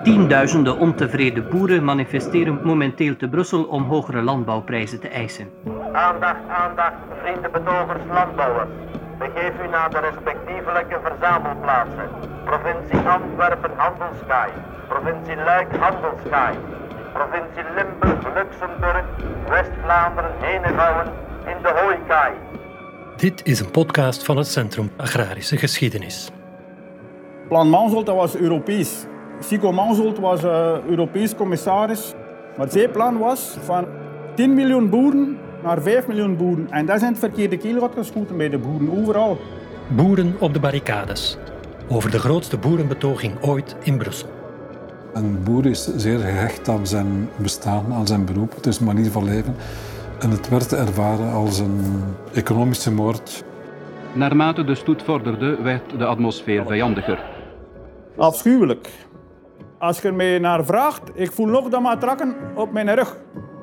Tienduizenden ontevreden boeren manifesteren momenteel te Brussel om hogere landbouwprijzen te eisen. Aandacht, aandacht, vrienden betogers landbouwers. Begeef u naar de respectievelijke verzamelplaatsen. Provincie Antwerpen, Handelskaai. Provincie Luik, Handelskaai. Provincie Limburg, Luxemburg, West-Vlaanderen, Henegouwen in de Hooikaai. Dit is een podcast van het Centrum Agrarische Geschiedenis. Plan Mansholt, dat was Europees. Sico Mansholt was Europees commissaris. Maar zijn plan was van 10 miljoen boeren naar 5 miljoen boeren. En dat is in het verkeerde kielgat geschoten bij de boeren, overal. Boeren op de barricades. Over de grootste boerenbetoging ooit in Brussel. Een boer is zeer gehecht aan zijn bestaan, aan zijn beroep. Het is een manier van leven. En het werd ervaren als een economische moord. Naarmate de stoet vorderde, werd de atmosfeer vijandiger. Afschuwelijk. Als je er mij naar vraagt, ik voel nog dat matrakken op mijn rug.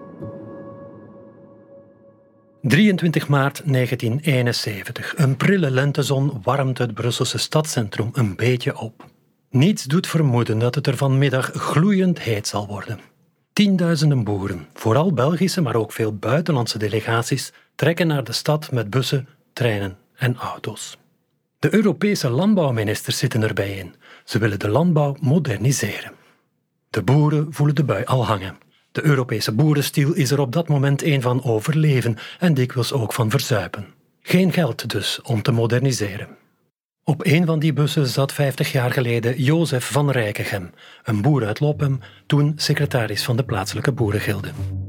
23 maart 1971. Een prille lentezon warmt het Brusselse stadscentrum een beetje op. Niets doet vermoeden dat het er vanmiddag gloeiend heet zal worden. Tienduizenden boeren, vooral Belgische, maar ook veel buitenlandse delegaties, trekken naar de stad met bussen, treinen en auto's. De Europese landbouwministers zitten erbij in. Ze willen de landbouw moderniseren. De boeren voelen de bui al hangen. De Europese boerenstiel is er op dat moment een van overleven en dikwijls ook van verzuipen. Geen geld dus om te moderniseren. Op een van die bussen zat 50 jaar geleden Jozef van Rijkegem, een boer uit Lophem, toen secretaris van de plaatselijke boerengilde.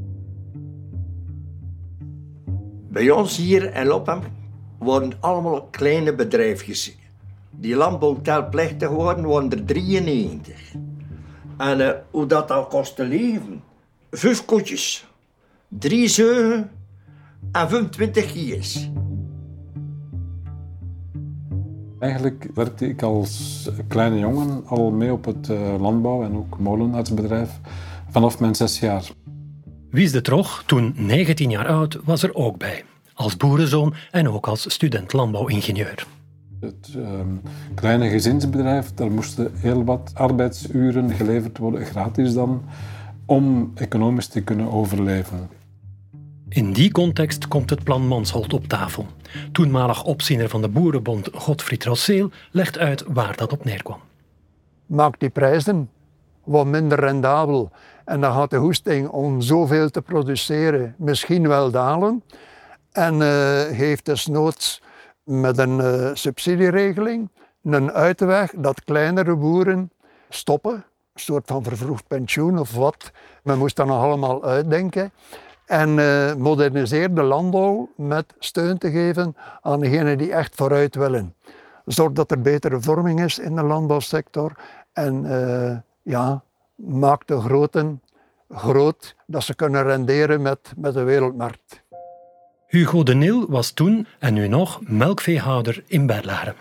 Bij ons hier in Lophem worden allemaal kleine bedrijfjes. Die landbouwtelplechtig waren er 93. En hoe dat dan kost te leven? 5 koetjes, 3 zeugen en 25 kies. Eigenlijk werkte ik als kleine jongen al mee op het landbouw en ook molenartsbedrijf vanaf mijn 6 jaar. Wies de Trog, toen 19 jaar oud, was er ook bij. Als boerenzoon en ook als student landbouwingenieur. Het kleine gezinsbedrijf, daar moesten heel wat arbeidsuren geleverd worden, gratis dan, om economisch te kunnen overleven. In die context komt het plan Mansholt op tafel. Toenmalig opziener van de Boerenbond Godfried Rosseel legt uit waar dat op neerkwam. Maakt die prijzen wat minder rendabel en dan gaat de goesting om zoveel te produceren misschien wel dalen. En heeft desnoods met een subsidieregeling een uitweg dat kleinere boeren stoppen. Een soort van vervroegd pensioen of wat. Men moest dat nog allemaal uitdenken. En moderniseer de landbouw met steun te geven aan degenen die echt vooruit willen. Zorg dat er betere vorming is in de landbouwsector. En maak de groten groot, dat ze kunnen renderen met de wereldmarkt. Hugo de Nil was toen, en nu nog, melkveehouder in Berlaren.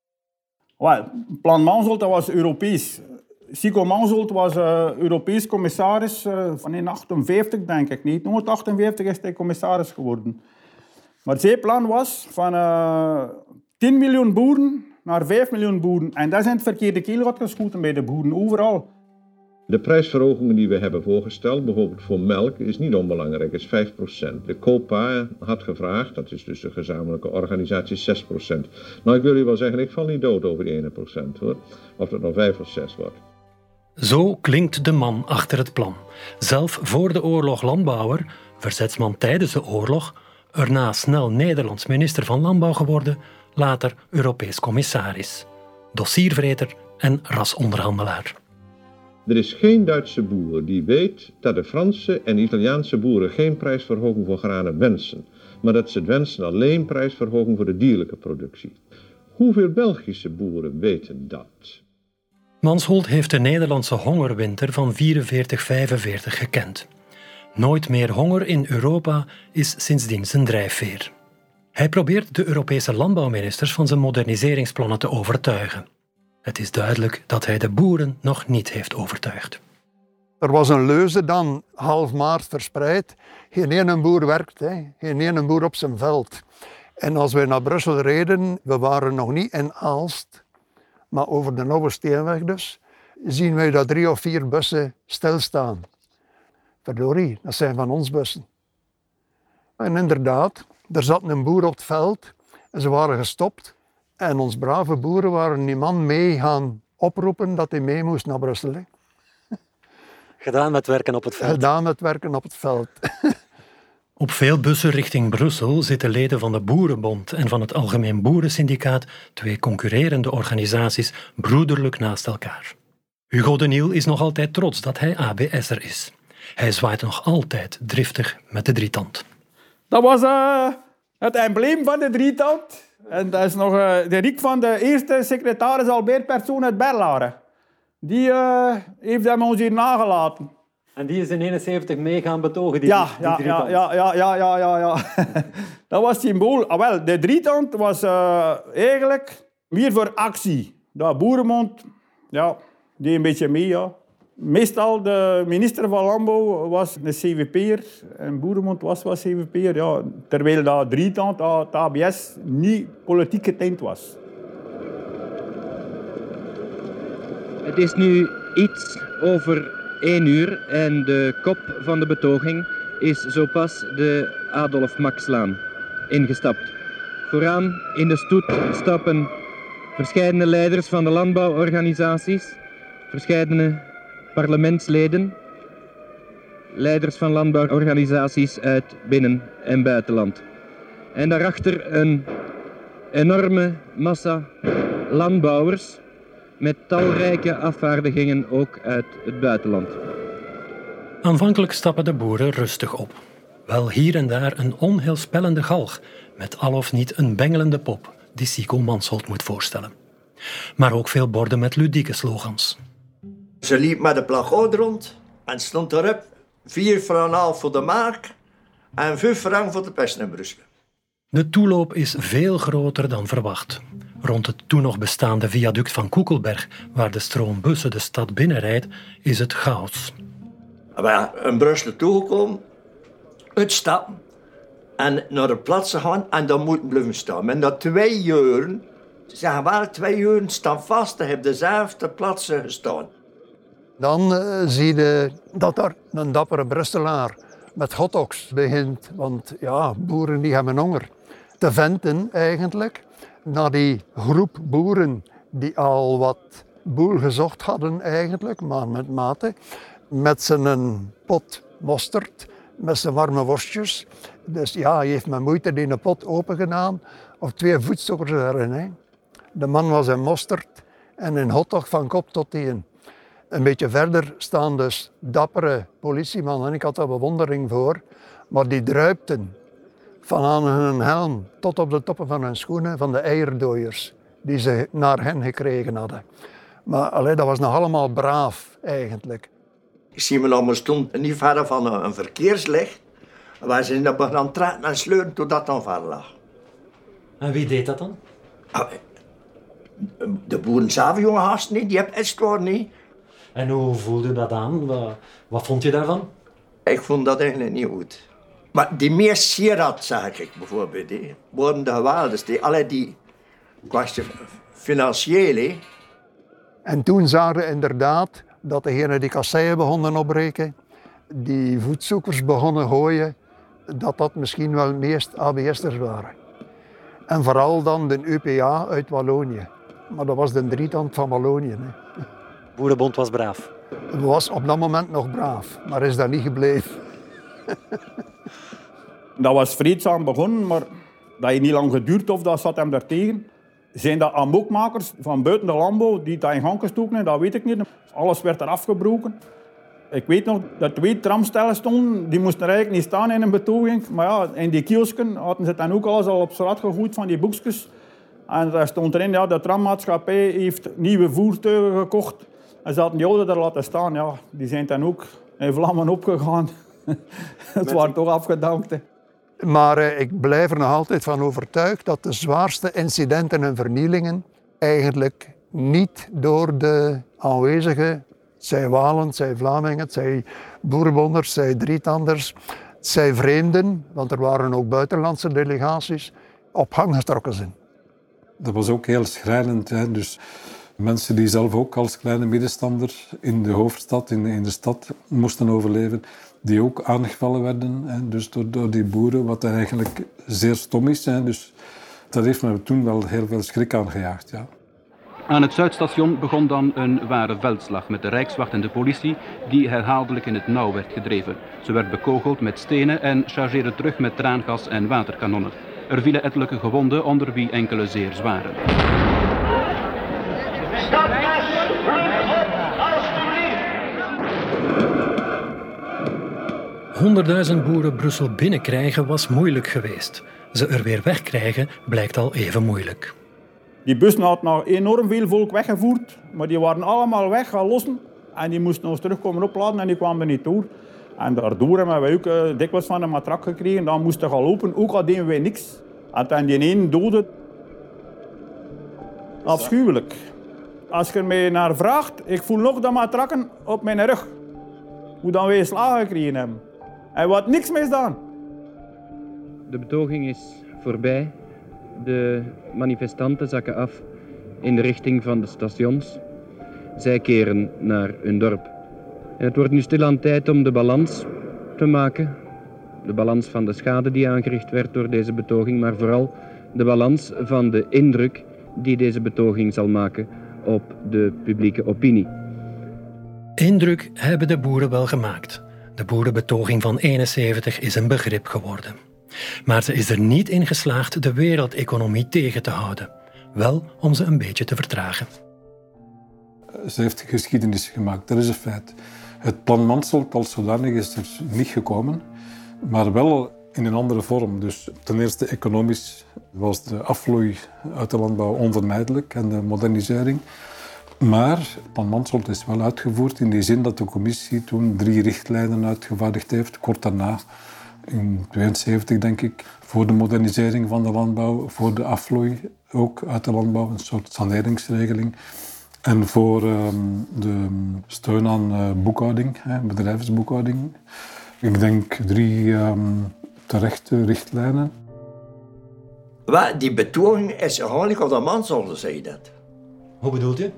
Plan Mansholt, dat was Europees. Sico Mansholt was Europees commissaris van 1958, denk ik. Niet 1958 is hij commissaris geworden. Maar zijn plan was van 10 miljoen boeren naar 5 miljoen boeren. En dat is in het verkeerde kielgat geschoten bij de boeren, overal. De prijsverhogingen die we hebben voorgesteld, bijvoorbeeld voor melk, is niet onbelangrijk, is 5%. De COPA had gevraagd, dat is dus de gezamenlijke organisatie, 6%. Nou, ik wil u wel zeggen, ik val niet dood over die 1%, hoor. Of dat nou 5 of 6 wordt. Zo klinkt de man achter het plan. Zelf voor de oorlog landbouwer, verzetsman tijdens de oorlog, erna snel Nederlands minister van Landbouw geworden, later Europees commissaris, dossiervreter en rasonderhandelaar. Er is geen Duitse boer die weet dat de Franse en Italiaanse boeren geen prijsverhoging voor granen wensen, maar dat ze het wensen alleen prijsverhoging voor de dierlijke productie. Hoeveel Belgische boeren weten dat? Mansholt heeft de Nederlandse hongerwinter van 44-45 gekend. Nooit meer honger in Europa is sindsdien zijn drijfveer. Hij probeert de Europese landbouwministers van zijn moderniseringsplannen te overtuigen. Het is duidelijk dat hij de boeren nog niet heeft overtuigd. Er was een leuze dan half maart verspreid. Geen ene boer werkt, geen ene boer op zijn veld. En als wij naar Brussel reden, we waren nog niet in Aalst, maar over de Oude Steenweg dus. zien wij dat 3 of 4 bussen stilstaan. Verdorie, dat zijn van ons bussen. En inderdaad, er zat een boer op het veld en ze waren gestopt. En ons brave boeren waren die man mee gaan oproepen dat hij mee moest naar Brussel. Hè. Gedaan met werken op het veld. Gedaan met werken op het veld. Op veel bussen richting Brussel zitten leden van de Boerenbond en van het Algemeen Boerensyndicaat, 2 concurrerende organisaties, broederlijk naast elkaar. Hugo de Niel is nog altijd trots dat hij ABS'er is. Hij zwaait nog altijd driftig met de drietand. Dat was het embleem van de drietand. En dat is nog de riek van de eerste secretaris Albert Persoon uit Berlaren. Die heeft hem ons hier nagelaten. En die is in 1971 mee gaan betogen, die drietand. Ja. Dat was symbool. Wel, de drietand was eigenlijk meer voor actie. De Boerenbond, ja, die een beetje mee, ja. Meestal de minister van Landbouw was een CVP'er en Boerenbond was CVP'er. Ja, terwijl dat drietand, dat ABS, niet politiek getint was. Het is nu iets over 1 uur en de kop van de betoging is zo pas de Adolf Maxlaan ingestapt. Vooraan in de stoet stappen verscheidene leiders van de landbouworganisaties, verscheidene parlementsleden, leiders van landbouworganisaties uit binnen- en buitenland. En daarachter een enorme massa landbouwers met talrijke afvaardigingen ook uit het buitenland. Aanvankelijk stappen de boeren rustig op. Wel hier en daar een onheilspellende galg met al of niet een bengelende pop die Sico Mansholt moet voorstellen. Maar ook veel borden met ludieke slogans. Ze liep met de plagoud rond en stond erop 4,5 francs voor de mark en 5 francs voor de pest in Brussel. De toeloop is veel groter dan verwacht. Rond het toen nog bestaande viaduct van Koekelberg, waar de stroom bussen de stad binnenrijdt, is het chaos. We in Brussel toegekomen, uitstappen en naar de plaats gaan en dan moeten blijven staan. En na 2 uur, zeggen wel 2 uur, staan vast en op dezelfde plaatsen gestaan. Dan zie je dat er een dappere Brusselaar met hotdogs begint. Want ja, boeren die hebben honger. Te venten eigenlijk naar die groep boeren die al wat boel gezocht hadden eigenlijk, maar met mate. Met zijn pot mosterd, met zijn warme worstjes. Dus ja, hij heeft met moeite die pot open gedaan. Of 2 voetzoekers erin. Hè. De man was in mosterd en een hotdog van kop tot teen. Een beetje verder staan dus dappere politiemannen. Ik had daar bewondering voor. Maar die druipten van aan hun helm tot op de toppen van hun schoenen van de eierdooiers die ze naar hen gekregen hadden. Maar dat was nog allemaal braaf eigenlijk. Ik zie me nog maar stond niet verder van een verkeerslicht. Waar ze dan begonnen trekken en sleuren totdat dan ver lag. En wie deed dat dan? De boeren zelf, jonge haast niet, die hebben het niet. En hoe voelde dat aan? Wat vond je daarvan? Ik vond dat eigenlijk niet goed. Maar die meer Sierat, zeg ik bijvoorbeeld, worden de geweldigste. Die kwestie financieel. En toen zagen we inderdaad dat degenen die kasseien begonnen opbreken, die voetzoekers begonnen gooien, dat misschien wel het meest ABS'ers waren. En vooral dan de UPA uit Wallonië. Maar dat was de drietand van Wallonië. Hè. Boerenbond was braaf. Was op dat moment nog braaf, maar is dat niet gebleven. Dat was vreedzaam begonnen, maar dat heeft niet lang geduurd of dat zat hem daartegen. Zijn dat amokmakers van buiten de landbouw die dat in gang gestoken hebben? Dat weet ik niet. Alles werd er afgebroken. Ik weet nog dat 2 tramstellen stonden, die moesten er eigenlijk niet staan in een betoging. Maar ja, in die kiosken hadden ze dan ook alles al op straat gegooid van die boekjes. En daar stond erin, ja, de trammaatschappij heeft nieuwe voertuigen gekocht. En ze hadden die oude er laten staan. Ja, die zijn dan ook in vlammen opgegaan. Het waren toch afgedankt. Hè. Maar ik blijf er nog altijd van overtuigd dat de zwaarste incidenten en vernielingen eigenlijk niet door de aanwezigen, zij Walen, zij Vlamingen, zij Boerenbonders, zij Drietanders, zij vreemden, want er waren ook buitenlandse delegaties, op gang getrokken zijn. Dat was ook heel schrijnend. Hè? Dus Mensen die zelf ook als kleine middenstander in de hoofdstad, in de stad, moesten overleven, die ook aangevallen werden, hè, dus door die boeren, wat eigenlijk zeer stom is. Hè, dus dat heeft me toen wel heel veel schrik aangejaagd. Ja. Aan het Zuidstation begon dan een ware veldslag met de Rijkswacht en de politie die herhaaldelijk in het nauw werd gedreven. Ze werd bekogeld met stenen en chargeerde terug met traangas en waterkanonnen. Er vielen ettelijke gewonden, onder wie enkele zeer zware. Honderdduizend boeren Brussel binnenkrijgen was moeilijk geweest. Ze er weer wegkrijgen blijkt al even moeilijk. Die bussen hadden nog enorm veel volk weggevoerd, maar die waren allemaal weg gaan lossen. En die moesten ons terugkomen opladen en die kwamen er niet door. En daardoor hebben wij ook dikwijls van een matrak gekregen. Dan moesten we gaan lopen, ook al deden wij niks. En dan die ene dode. Afschuwelijk. Als je mij naar vraagt, ik voel nog de matrakken op mijn rug. Hoe dan wij slagen gekregen hebben. En wat niks misdaan. De betoging is voorbij. De manifestanten zakken af in de richting van de stations. Zij keren naar hun dorp. En het wordt nu stilaan tijd om de balans te maken. De balans van de schade die aangericht werd door deze betoging, maar vooral de balans van de indruk die deze betoging zal maken op de publieke opinie. Indruk hebben de boeren wel gemaakt. De boerenbetoging van 71 is een begrip geworden. Maar ze is er niet in geslaagd de wereldeconomie tegen te houden. Wel om ze een beetje te vertragen. Ze heeft geschiedenis gemaakt, dat is een feit. Het plan Mansholt als zodanig is er niet gekomen, maar wel in een andere vorm. Dus ten eerste economisch was de afvloei uit de landbouw onvermijdelijk en de modernisering. Maar het plan Mansholt is wel uitgevoerd in die zin dat de commissie toen 3 richtlijnen uitgevaardigd heeft, kort daarna, in 72 denk ik, voor de modernisering van de landbouw, voor de afvloei ook uit de landbouw, een soort saneringsregeling. En voor de steun aan boekhouding, bedrijfsboekhouding. Ik denk 3 terechte richtlijnen. Die betoging is eigenlijk op de Mansholt, zei je dat. Hoe bedoelt u?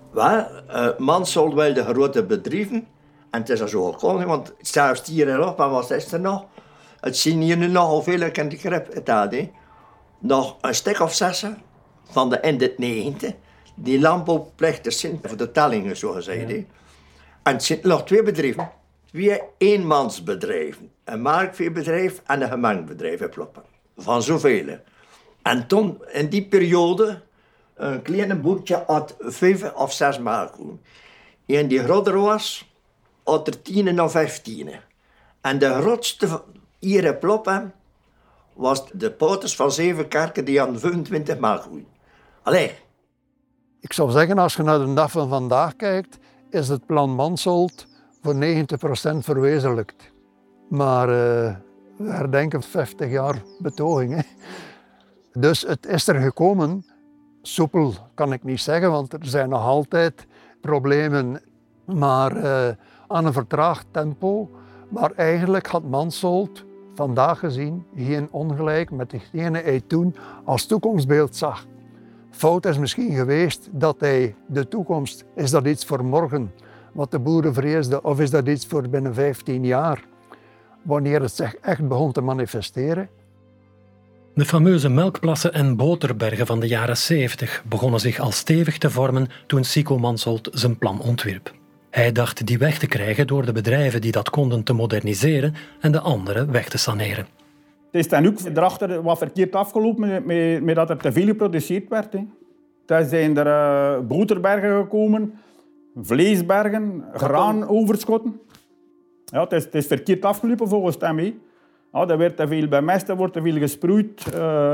Mansholt wilde grote bedrijven. En het is er zo gekomen, want zelfs hier en op, en wat is er nog? Het zien hier nu nogal veel, ik ken de grip het had, nog een stuk of 6 van de in de 90. Die landbouwplichten zijn voor de tellingen, zo gezegd. Ja. En het zijn nog 2 bedrijven. 2 eenmansbedrijven. Een marktveebedrijf en een gemengd bedrijf in Ploppen. Van zoveel. En toen, in die periode, een kleine boertje had 5 of 6 melkkoeien. En die groter was, had er 10 of 15. En de grootste hier in Ploppen was de Pouters van Zevenkerken, die hadden 25 melkkoeien. Allee. Ik zou zeggen, als je naar de dag van vandaag kijkt, is het plan Mansholt voor 90% verwezenlijkt. Maar we herdenken 50 jaar betoging. Hè. Dus het is er gekomen. Soepel kan ik niet zeggen, want er zijn nog altijd problemen. Maar aan een vertraagd tempo. Maar eigenlijk had Mansholt vandaag gezien geen ongelijk met degene hij toen als toekomstbeeld zag. Fout is misschien geweest dat hij de toekomst, is dat iets voor morgen, wat de boeren vreesden, of is dat iets voor binnen 15 jaar, wanneer het zich echt begon te manifesteren? De fameuze melkplassen en boterbergen van de jaren 70 begonnen zich al stevig te vormen toen Sico Mansholt zijn plan ontwierp. Hij dacht die weg te krijgen door de bedrijven die dat konden te moderniseren en de anderen weg te saneren. Het is dan ook erachter wat verkeerd afgelopen met dat er te veel geproduceerd werd. Hè. Daar zijn er boterbergen gekomen, vleesbergen, graanoverschotten. Ja, het is verkeerd afgelopen volgens hem. Hè. Ja, er werd te veel bemest, er wordt te veel gesproeid.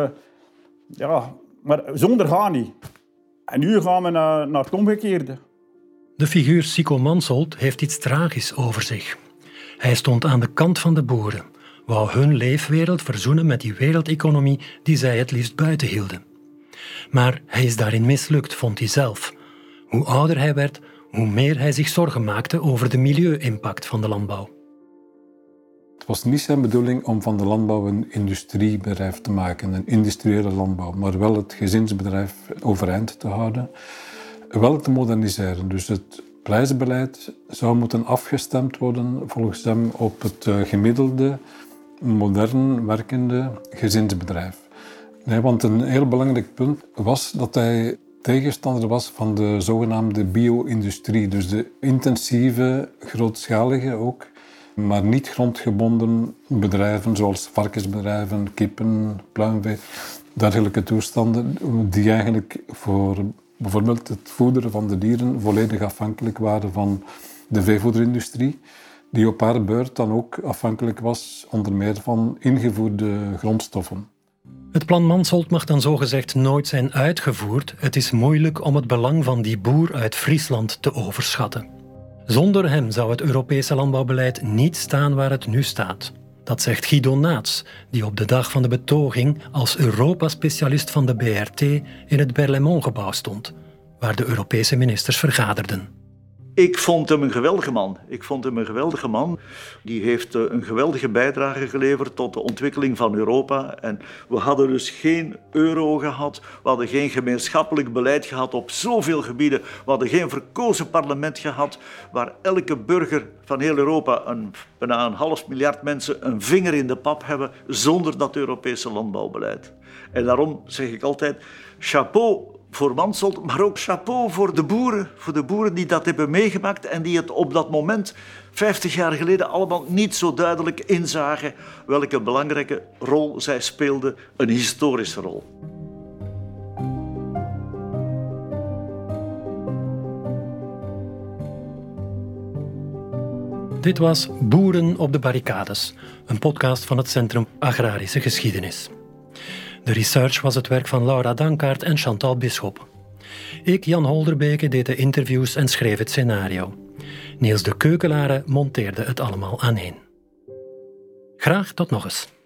Ja, maar zonder gaan niet. En nu gaan we naar het omgekeerde. De figuur Sico Mansholt heeft iets tragisch over zich. Hij stond aan de kant van de boeren, wou hun leefwereld verzoenen met die wereldeconomie die zij het liefst buiten hielden. Maar hij is daarin mislukt, vond hij zelf. Hoe ouder hij werd, hoe meer hij zich zorgen maakte over de milieu-impact van de landbouw. Het was niet zijn bedoeling om van de landbouw een industriebedrijf te maken, een industriële landbouw, maar wel het gezinsbedrijf overeind te houden. wel te moderniseren. Dus het prijzenbeleid zou moeten afgestemd worden volgens hem op het gemiddelde, modern werkende gezinsbedrijf. Nee, want een heel belangrijk punt was dat hij tegenstander was van de zogenaamde bio-industrie. Dus de intensieve, grootschalige ook, maar niet grondgebonden bedrijven zoals varkensbedrijven, kippen, pluimvee, dergelijke toestanden, die eigenlijk voor bijvoorbeeld het voederen van de dieren volledig afhankelijk waren van de veevoederindustrie, die op haar beurt dan ook afhankelijk was onder meer van ingevoerde grondstoffen. Het plan Mansholt mag dan zogezegd nooit zijn uitgevoerd. Het is moeilijk om het belang van die boer uit Friesland te overschatten. Zonder hem zou het Europese landbouwbeleid niet staan waar het nu staat. Dat zegt Guido Naats, die op de dag van de betoging als Europa-specialist van de BRT in het Berlaymont-gebouw stond, waar de Europese ministers vergaderden. Ik vond hem een geweldige man. Die heeft een geweldige bijdrage geleverd tot de ontwikkeling van Europa. En we hadden dus geen euro gehad. We hadden geen gemeenschappelijk beleid gehad op zoveel gebieden. We hadden geen verkozen parlement gehad waar elke burger van heel Europa, bijna 500 miljoen mensen, een vinger in de pap hebben zonder dat Europese landbouwbeleid. En daarom zeg ik altijd, chapeau voor Mansholt, maar ook chapeau voor de boeren die dat hebben meegemaakt en die het op dat moment, 50 jaar geleden, allemaal niet zo duidelijk inzagen welke belangrijke rol zij speelden, een historische rol. Dit was Boeren op de Barricades, een podcast van het Centrum Agrarische Geschiedenis. De research was het werk van Laura Dankaert en Chantal Bisschop. Ik, Jan Holderbeke, deed de interviews en schreef het scenario. Niels de Keukelare monteerde het allemaal aaneen. Graag tot nog eens.